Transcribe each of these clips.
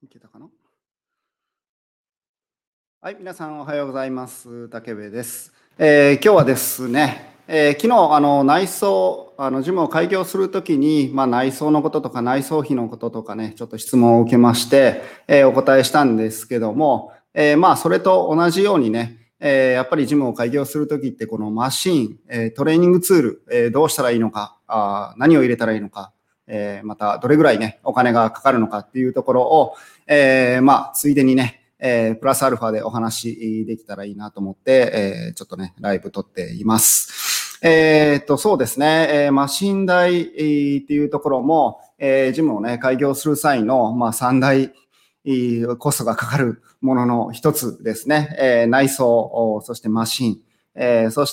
いけたかな。はい、皆さんおはようございます。竹部です。今日はですね、昨日内装ジムを開業するときに、内装のこととか内装費のこととかね、ちょっと質問を受けまして、お答えしたんですけども、それと同じようにね、やっぱりジムを開業するときってこのマシーン、トレーニングツール、どうしたらいいのか、何を入れたらいいのか、またどれぐらいねお金がかかるのかっていうところを、ついでにねプラスアルファでお話できたらいいなと思って、ちょっとね、ライブ撮っています。そうですね、マシン代っていうところも、ジムをね、開業する際の、3大コストがかかるものの一つですね。内装、そしてマシン、そして、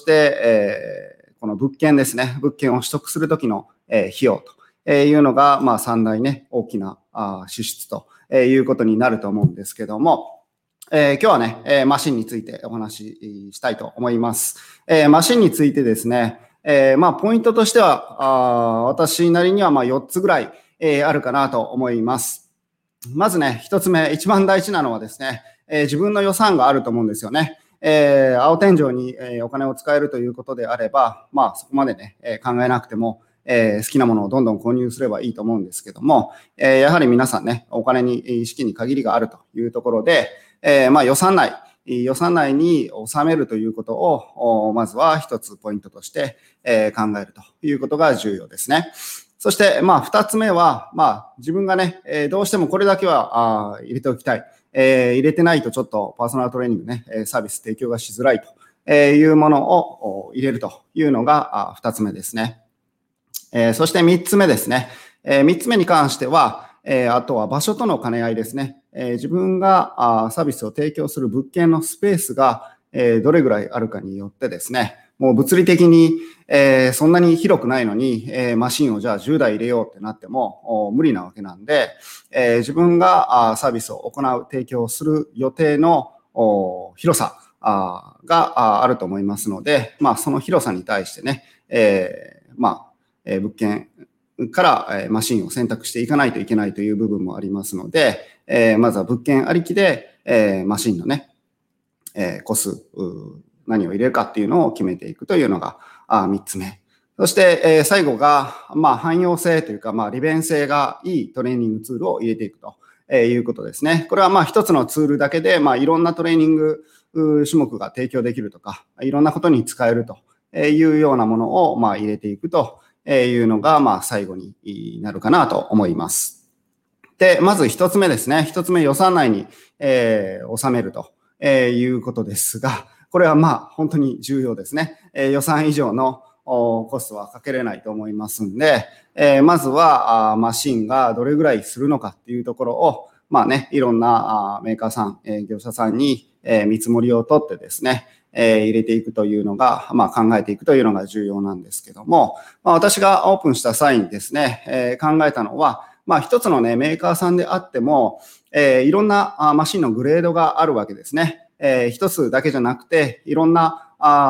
この物件ですね。物件を取得するときの、費用というのが、3大ね、大きな支出ということになると思うんですけども、今日はね、マシンについてお話ししたいと思います。マシンについてですね、ポイントとしては、私なりには4つぐらい、あるかなと思います。まずね、1つ目、一番大事なのはですね、自分の予算があると思うんですよね。青天井に、お金を使えるということであれば、そこまでね、考えなくても、好きなものをどんどん購入すればいいと思うんですけども、やはり皆さんね、お金に、資金に限りがあるというところで、予算内に収めるということを、まずは一つポイントとして、考えるということが重要ですね。そして、二つ目は、自分がね、どうしてもこれだけは入れておきたい。入れてないとちょっとパーソナルトレーニングね、サービス提供がしづらいというものを入れるというのが二つ目ですね。そして三つ目ですね。三つ目に関しては、あとは場所との兼ね合いですね。自分がサービスを提供する物件のスペースがどれぐらいあるかによってですね、もう物理的にそんなに広くないのにマシンをじゃあ10台入れようってなっても無理なわけなんで、自分がサービスを行う、提供する予定の広さがあると思いますので、その広さに対してね、物件からマシンを選択していかないといけないという部分もありますので、まずは物件ありきでマシンのね、個数、何を入れるかっていうのを決めていくというのが3つ目。そして最後が汎用性というか利便性がいいトレーニングツールを入れていくということですね。これは一つのツールだけでいろんなトレーニング種目が提供できるとか、いろんなことに使えるというようなものを入れていくというのが最後になるかなと思います。で、まず一つ目ですね。一つ目、予算内に、収めるということですが、これは本当に重要ですね。予算以上のコストはかけれないと思いますんで、まずはマシンがどれぐらいするのかっていうところを、いろんなメーカーさん、業者さんに見積もりを取ってですね、入れていくというのが、考えていくというのが重要なんですけども、私がオープンした際にですね、考えたのは、一つのね、メーカーさんであっても、いろんなマシンのグレードがあるわけですね。一つだけじゃなくて、いろんな、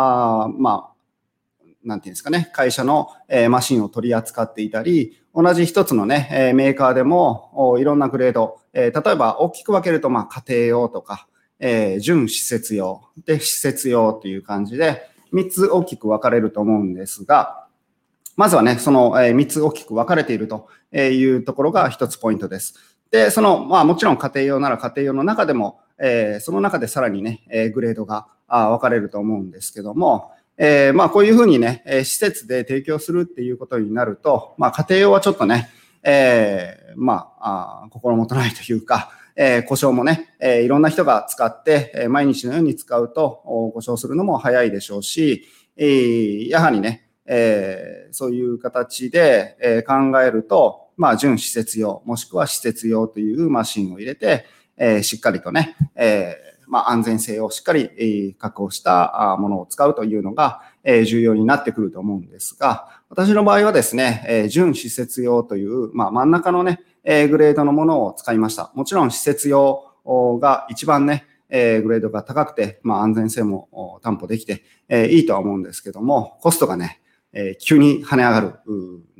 なんていうんですかね、会社のマシンを取り扱っていたり、同じ一つのね、メーカーでもいろんなグレード、例えば大きく分けると家庭用とか、準施設用で施設用という感じで3つ大きく分かれると思うんですが、まずはね、その3つ大きく分かれているというところが一つポイントです。で、もちろん家庭用なら家庭用の中でも、その中でさらにね、グレードが分かれると思うんですけども、こういうふうにね、施設で提供するっていうことになると、家庭用はちょっとね、心もとないというか、故障もね、いろんな人が使って、毎日のように使うと故障するのも早いでしょうし、やはりね、そういう形で、考えると、準施設用もしくは施設用というマシンを入れて、しっかりとね、安全性をしっかり確保したものを使うというのが重要になってくると思うんですが、私の場合はですね、準施設用という、真ん中のね、グレードのものを使いました。もちろん施設用が一番ね、グレードが高くて、安全性も担保できていいとは思うんですけども、コストがね、急に跳ね上がるん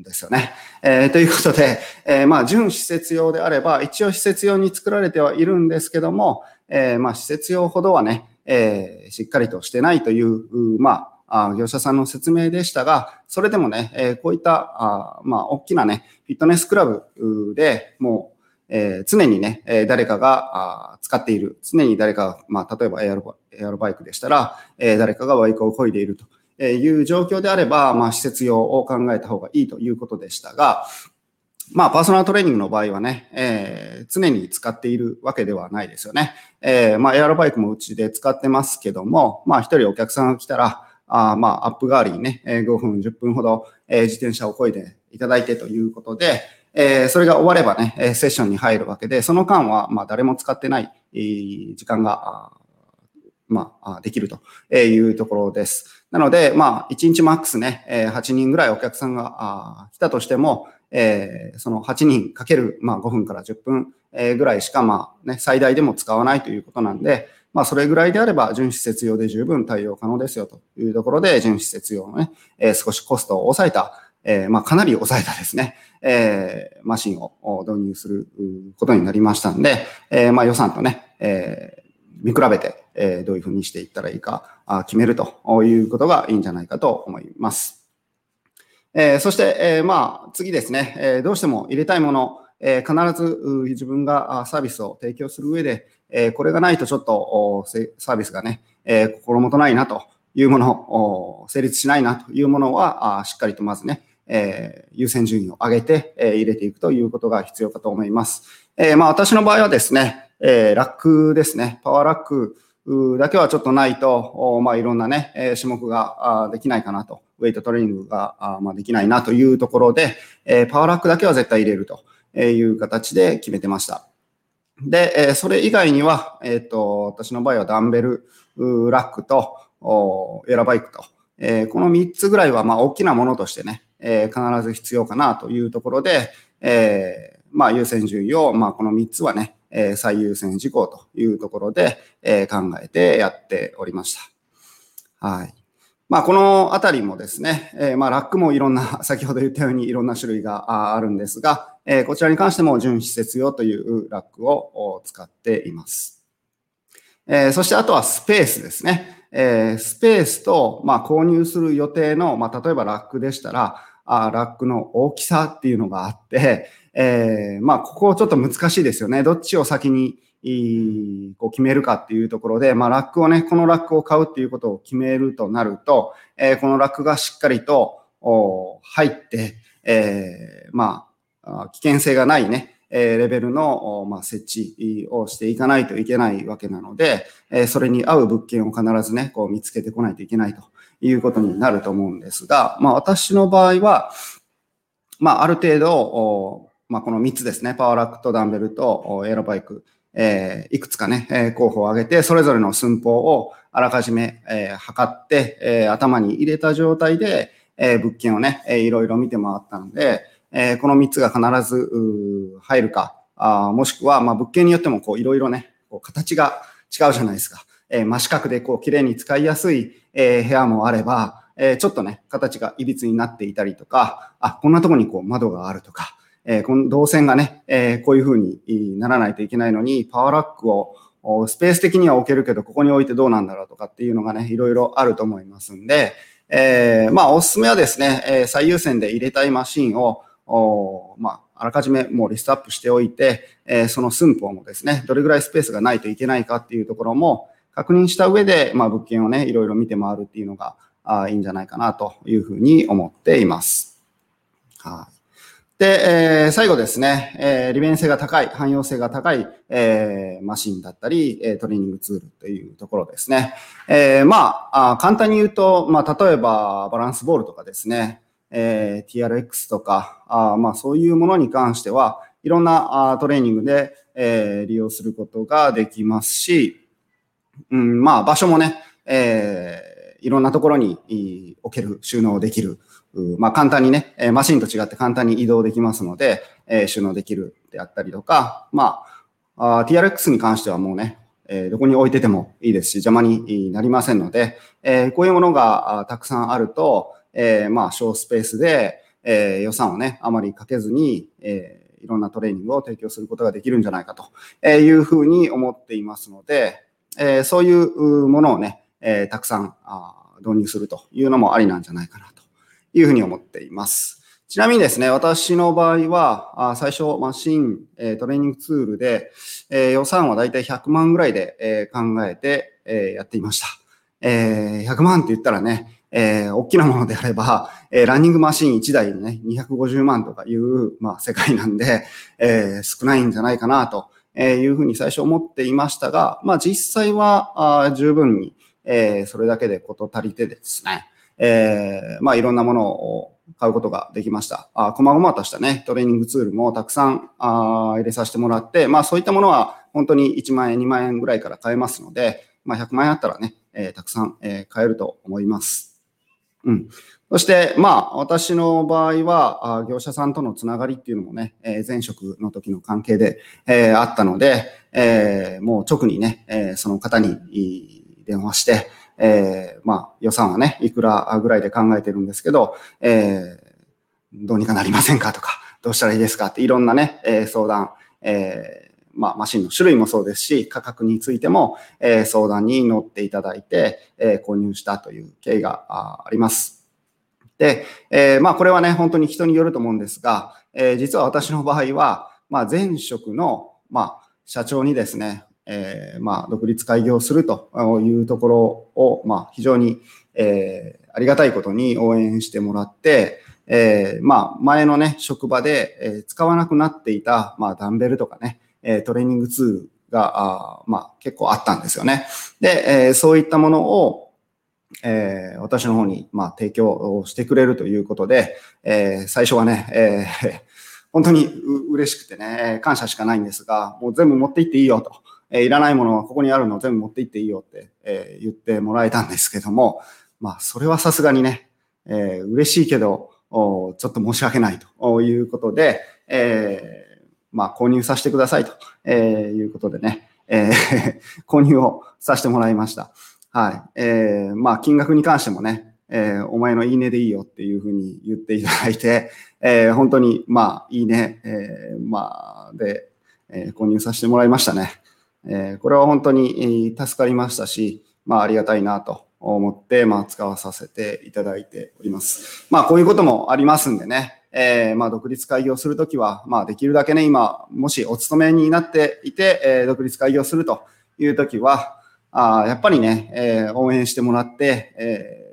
ですよね。ということで、準施設用であれば、一応施設用に作られてはいるんですけども、施設用ほどはね、しっかりとしてないという、業者さんの説明でしたが、それでもね、こういった大きなね、フィットネスクラブでもう、常にね、誰かが使っている、常に誰かが、例えばエアロバイクでしたら、誰かがバイクを漕いでいるという状況であれば、施設用を考えた方がいいということでしたが、パーソナルトレーニングの場合はね、常に使っているわけではないですよね。エアロバイクもうちで使ってますけども、一人お客さんが来たら、アップ代わりにね、5分、10分ほど、自転車を漕いでいただいてということで、それが終わればね、セッションに入るわけで、その間は、誰も使ってない、時間が、できるというところです。なので、1日マックスね、8人ぐらいお客さんが来たとしても、その8人かける5分から10分ぐらいしか最大でも使わないということなんで、それぐらいであれば準施設用で十分対応可能ですよというところで、準施設用のね、少しコストを抑えた、かなり抑えたですね、マシンを導入することになりましたんで、予算とね、見比べて、どういうふうにしていったらいいか決めるということがいいんじゃないかと思います。そして、次ですね、どうしても入れたいもの、必ず自分がサービスを提供する上で、これがないとちょっとサービスがね、心もとないなというもの、成立しないなというものは、しっかりとまずね、優先順位を上げて、入れていくということが必要かと思います。私の場合はですね、ラックですね、パワーラックだけはちょっとないと、いろんなね、種目ができないかなと、ウェイトトレーニングができないなというところで、パワーラックだけは絶対入れるという形で決めてました。で、それ以外には、私の場合はダンベル、ラックと、エアロバイクと、この3つぐらいは大きなものとしてね、必ず必要かなというところで、優先順位を、この3つはね、最優先事項というところで、考えてやっておりました。はい。このあたりもですね、ラックもいろんな、先ほど言ったようにいろんな種類があるんですが、こちらに関しても準施設用というラックを使っています。そしてあとはスペースですね。スペースと、購入する予定の、例えばラックでしたら、ラックの大きさっていうのがあって、ここちょっと難しいですよね。どっちを先に決めるかっていうところで、ラックをね、このラックを買うっていうことを決めるとなると、このラックがしっかりと入って、危険性がないね、レベルの設置をしていかないといけないわけなので、それに合う物件を必ずね、見つけてこないといけないということになると思うんですが、私の場合は、ある程度、この3つですね、パワーラックとダンベルとエアロバイク、いくつかね、候補を挙げて、それぞれの寸法をあらかじめ、測って、頭に入れた状態で、物件をね、いろいろ見て回ったので、この3つが必ず入るか、もしくは、物件によってもいろいろね、形が違うじゃないですか。真四角で綺麗に使いやすい、部屋もあれば、ちょっとね、形が歪になっていたりとか、こんなところに窓があるとか、この動線がね、こういう風にならないといけないのに、パワーラックをスペース的には置けるけど、ここに置いてどうなんだろうとかっていうのがね、いろいろあると思いますんで、おすすめはですね、最優先で入れたいマシンを、あらかじめもうリストアップしておいて、その寸法もですね、どれぐらいスペースがないといけないかっていうところも確認した上で、物件をね、いろいろ見て回るっていうのがいいんじゃないかなというふうに思っています。はい。で、最後ですね、利便性が高い、汎用性が高い、マシンだったり、トレーニングツールというところですね。簡単に言うと、例えばバランスボールとかですね、TRX とか、そういうものに関しては、いろんなトレーニングで、利用することができますし、場所もね、いろんなところに置ける、収納できる。簡単にね、マシンと違って簡単に移動できますので、収納できるであったりとか、TRX に関してはもうね、どこに置いててもいいですし、邪魔になりませんので、こういうものがたくさんあると、小スペースで、 予算をね、あまりかけずに、いろんなトレーニングを提供することができるんじゃないかというふうに思っていますので、そういうものをね、たくさん導入するというのもありなんじゃないかなというふうに思っています。ちなみにですね、私の場合は、最初マシン、トレーニングツールで、予算はだいたい100万ぐらいで、考えて、やっていました。100万って言ったらね、大きなものであれば、ランニングマシン1台でね、250万とかいう、世界なんで、少ないんじゃないかなというふうに最初思っていましたが、実際は十分に、それだけで事足りてですね、いろんなものを買うことができました。細々としたね、トレーニングツールもたくさん入れさせてもらって、そういったものは本当に1万円、2万円ぐらいから買えますので、100万円あったらね、たくさん買えると思います。そして、私の場合は、業者さんとのつながりっていうのもね、前職の時の関係で、あったので、もう直にね、その方に電話して、予算はね、いくらぐらいで考えてるんですけど、どうにかなりませんかとか、どうしたらいいですかっていろんなね、相談、マシンの種類もそうですし、価格についても、相談に乗っていただいて、購入したという経緯があります。で、これはね、本当に人によると思うんですが、実は私の場合は、前職の、社長にですね、独立開業するというところを、非常に、ありがたいことに応援してもらって、前のね、職場で、使わなくなっていた、ダンベルとかね、トレーニングツールが、結構あったんですよね。で、そういったものを、私の方に、提供してくれるということで、最初はね、本当に嬉しくてね、感謝しかないんですが、もう全部持って行っていいよと。いらないものはここにあるのを全部持って行っていいよって、言ってもらえたんですけども、それはさすがにね、嬉しいけど、ちょっと申し訳ないということで、購入させてくださいということでね、購入をさせてもらいました。はい。金額に関してもね、お前のいいねでいいよっていうふうに言っていただいて、本当に、いいね、で、購入させてもらいましたね。これは本当に助かりましたし、ありがたいなと思って、使わさせていただいております。こういうこともありますんでね、独立開業するときは、できるだけね、今、もしお勤めになっていて、独立開業するというときは、やっぱりね、応援してもらって、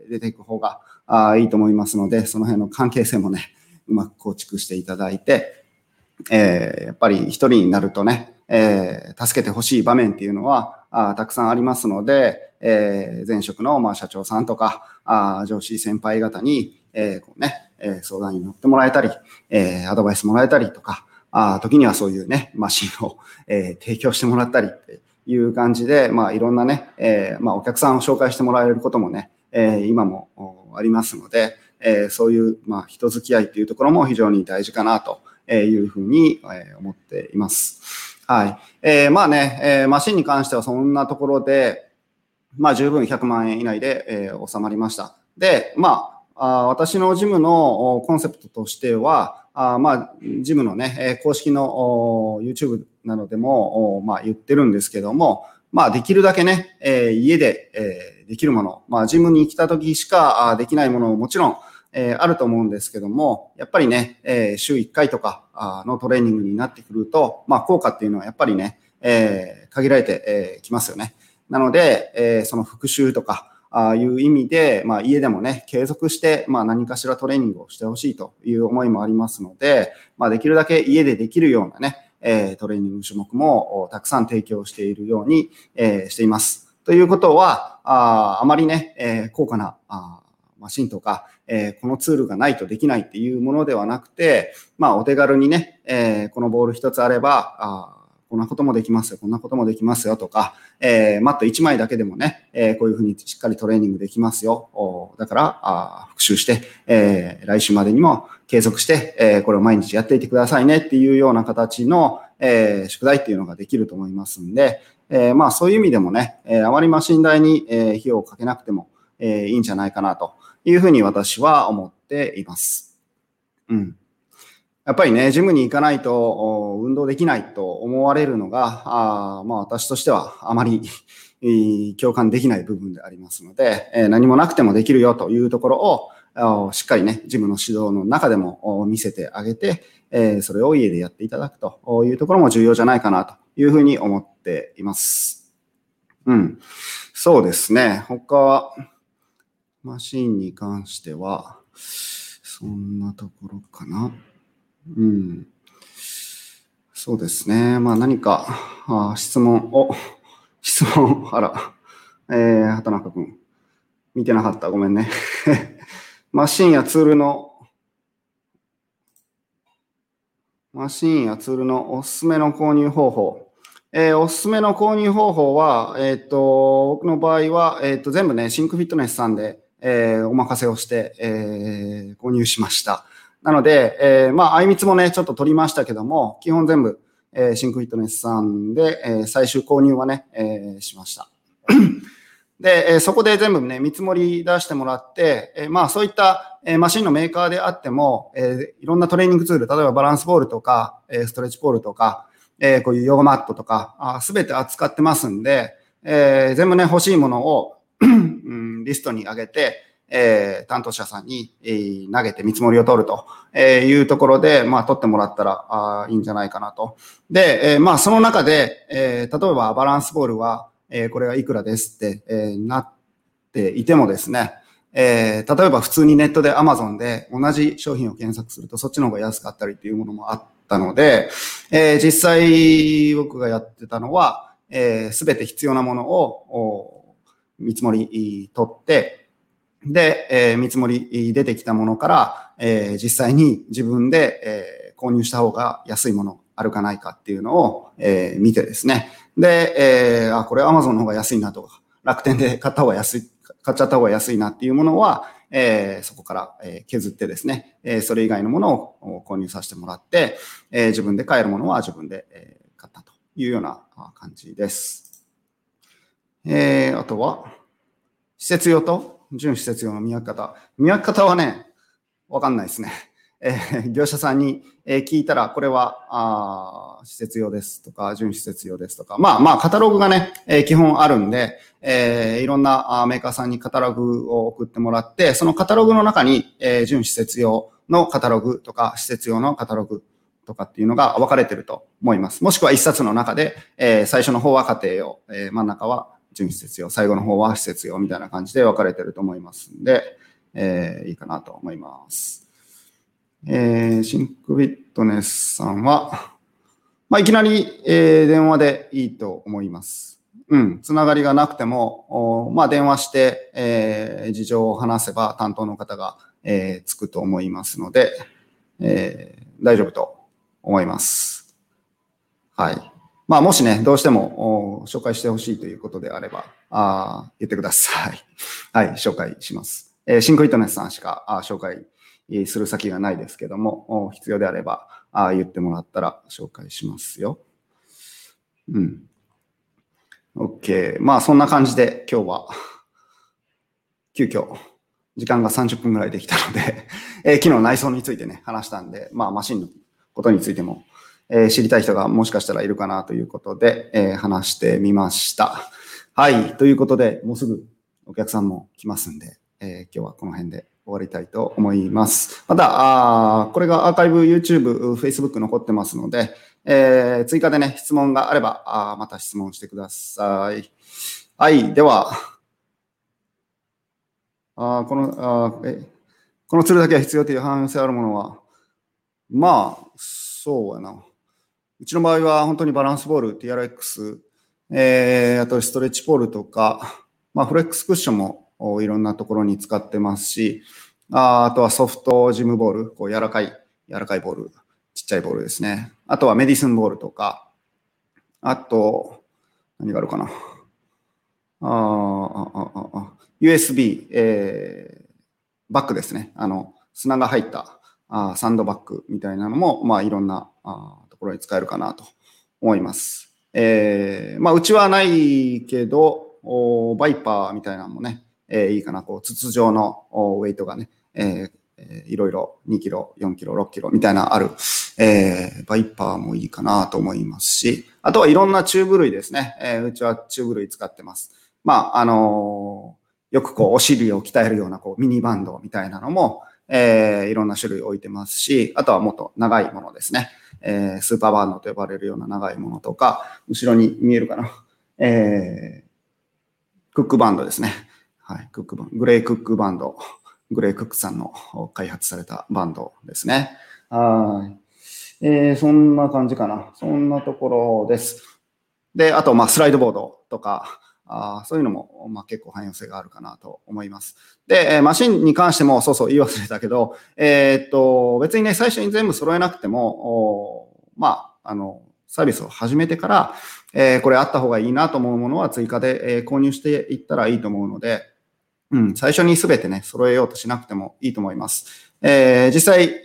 出ていく方がいいと思いますので、その辺の関係性もね、うまく構築していただいて、やっぱり一人になるとね、助けてほしい場面っていうのはたくさんありますので、前職の社長さんとか上司先輩方に、相談に乗ってもらえたり、アドバイスもらえたりとか、時にはそういうね、マシンを、提供してもらったりっていう感じで、いろんなね、お客さんを紹介してもらえることもね、今もありますので、そういう、人付き合いっていうところも非常に大事かなというふうに思っています。はい。マシンに関してはそんなところで、十分100万円以内で、収まりました。で、私のジムのコンセプトとしては、ジムのね、公式の YouTube などでも、言ってるんですけども、できるだけね、家で、できるもの、ジムに来た時しかできないものももちろん、あると思うんですけども、やっぱりね、週1回とかのトレーニングになってくると、効果っていうのはやっぱりね、限られてきますよね。なので、その復習とかいう意味で、家でもね、継続して、何かしらトレーニングをしてほしいという思いもありますので、できるだけ家でできるようなね、トレーニング種目もたくさん提供しているように、しています。ということは、あまりね、高価なマシンとか、このツールがないとできないっていうものではなくて、お手軽にね、このボール一つあれば、こんなこともできますよ、こんなこともできますよとか、マット1枚だけでもね、こういうふうにしっかりトレーニングできますよ。だから復習して、来週までにも継続して、これを毎日やっていてくださいねっていうような形の、宿題っていうのができると思いますんで、そういう意味でもね、あまりマシン代に、費用をかけなくても、いいんじゃないかなというふうに私は思っています。 やっぱりね、ジムに行かないと運動できないと思われるのが、私としてはあまり共感できない部分でありますので、何もなくてもできるよというところをしっかりね、ジムの指導の中でも見せてあげて、それを家でやっていただくというところも重要じゃないかなというふうに思っています。そうですね。他は、マシンに関しては、そんなところかな。そうですね。何か、質問、畑中君、見てなかった。ごめんね。マシンやツールのおすすめの購入方法。おすすめの購入方法は、僕の場合は、全部ね、シンクフィットネスさんで、お任せをして、購入しました。なので、あいみつもね、ちょっと取りましたけども、基本全部、シンクフィットネスさんで、最終購入はね、しました。で、そこで全部ね、見積もり出してもらって、そういった、マシンのメーカーであっても、いろんなトレーニングツール、例えばバランスボールとか、ストレッチボールとか、こういうヨガマットとか、すべて扱ってますんで、全部ね、欲しいものをリストに上げて、担当者さんに、投げて見積もりを取るというところで、取ってもらったらいいんじゃないかなと。で、その中で、例えばバランスボールは、これがいくらですって、なっていてもですね、例えば普通にネットで Amazon で同じ商品を検索するとそっちの方が安かったりっていうものもあったので、実際僕がやってたのは、すべて必要なものを見積もり取って、で、見積もり出てきたものから、実際に自分で、購入した方が安いものあるかないかっていうのを、見てですね。で、これ Amazon の方が安いなとか、楽天で買っちゃった方が安いなっていうものは、そこから、削ってですね、それ以外のものを購入させてもらって、自分で買えるものは自分で、買ったというような感じです。あとは、施設用と準施設用の見分け方。見分け方はね、わかんないですね。業者さんに聞いたら、これは施設用ですとか、準施設用ですとか、カタログがね、基本あるんで、いろんなメーカーさんにカタログを送ってもらって、そのカタログの中に、準施設用のカタログとか、施設用のカタログとかっていうのが分かれてると思います。もしくは一冊の中で、最初の方は家庭用、真ん中は準施設用、最後の方は施設用みたいな感じで分かれてると思いますんで、いいかなと思います。シンクフィットネスさんは、いきなり、電話でいいと思います。つながりがなくても、電話して、事情を話せば担当の方が、つくと思いますので、大丈夫と思います。はい。もしね、どうしても紹介してほしいということであれば、言ってください。はい、紹介します。シンクフィットネスさんしか紹介する先がないですけども、必要であれば言ってもらったら紹介しますよ。OK。そんな感じで今日は、急遽、時間が30分ぐらいできたので、昨日内装についてね、話したんで、マシンのことについても、知りたい人がもしかしたらいるかなということで、話してみました。はい。ということで、もうすぐお客さんも来ますんで、今日はこの辺で終わりたいと思います。また、これがアーカイブ YouTube、Facebook 残ってますので、追加でね、質問があれば、また質問してください。はい。では、このツールだけは必要という汎用性あるものは、そうやな。うちの場合は本当にバランスボール、TRX、あとストレッチポールとか、フレックスクッションもいろんなところに使ってますし、あとはソフトジムボール、こう柔らかいボール、ちっちゃいボールですね。あとはメディスンボールとか、あと、何があるかな。USB、バッグですね。砂が入ったサンドバッグみたいなのも、いろんなところに使えるかなと思います。うちはないけど、バイパーみたいなのもね、いいかな。こう、筒状のウェイトがね、 いろいろ2キロ、4キロ、6キロみたいなある、バイパーもいいかなと思いますし、あとはいろんなチューブ類ですね。うちはチューブ類使ってます。よくこうお尻を鍛えるようなこうミニバンドみたいなのも、いろんな種類置いてますし、あとはもっと長いものですね。スーパーバンドと呼ばれるような長いものとか、後ろに見えるかな。クックバンドですね。はい、クックバンド、グレークックバンド。グレークックさんの開発されたバンドですね。はい。そんな感じかな。そんなところです。で、あと、スライドボードとか、そういうのも、結構汎用性があるかなと思います。で、マシンに関しても、そうそう言い忘れたけど、別にね、最初に全部揃えなくても、サービスを始めてから、これあった方がいいなと思うものは追加で、購入していったらいいと思うので、最初に全てね、揃えようとしなくてもいいと思います。実際、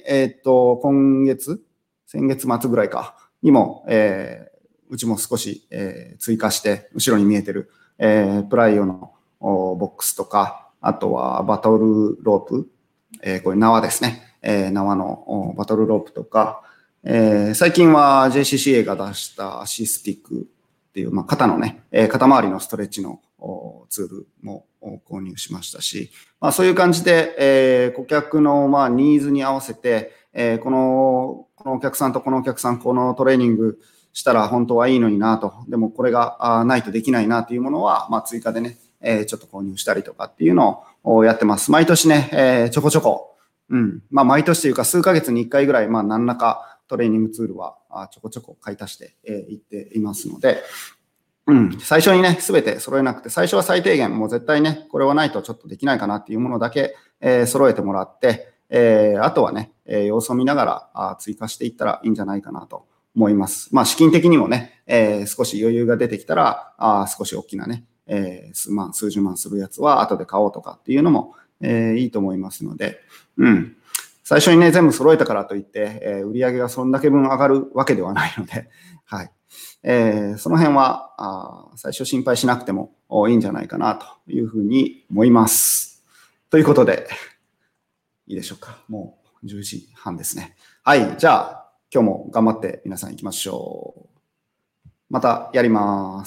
先月末ぐらいか、にも、うちも少し、追加して、後ろに見えてる、プライオのボックスとか、あとはバトルロープ、これ縄ですね。縄のバトルロープとか、最近は JCCA が出したアシスティックっていう、肩のね、肩周りのストレッチのツールも購入しましたし、そういう感じで、顧客のニーズに合わせて、このお客さんとこのお客さん、このトレーニングしたら本当はいいのになと、でもこれがないとできないなというものは、追加でね、ちょっと購入したりとかっていうのをやってます。毎年ね、ちょこちょこ、毎年というか数ヶ月に1回ぐらい、何らかトレーニングツールはちょこちょこ買い足していっていますので、最初にね、すべて揃えなくて、最初は最低限、もう絶対ね、これはないとちょっとできないかなっていうものだけ、揃えてもらって、あとはね、様子を見ながら追加していったらいいんじゃないかなと思います。資金的にもね、少し余裕が出てきたら、少し大きなね、数十万するやつは後で買おうとかっていうのも、いいと思いますので、最初にね、全部揃えたからといって、売り上げがそんだけ分上がるわけではないので、はい。その辺は最初心配しなくてもいいんじゃないかなというふうに思います。ということで、いいでしょうか。もう10時半ですね。はい。じゃあ、今日も頑張って皆さん行きましょう。またやります。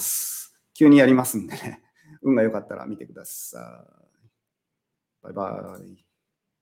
急にやりますんでね。運が良かったら見てください。バイバイ。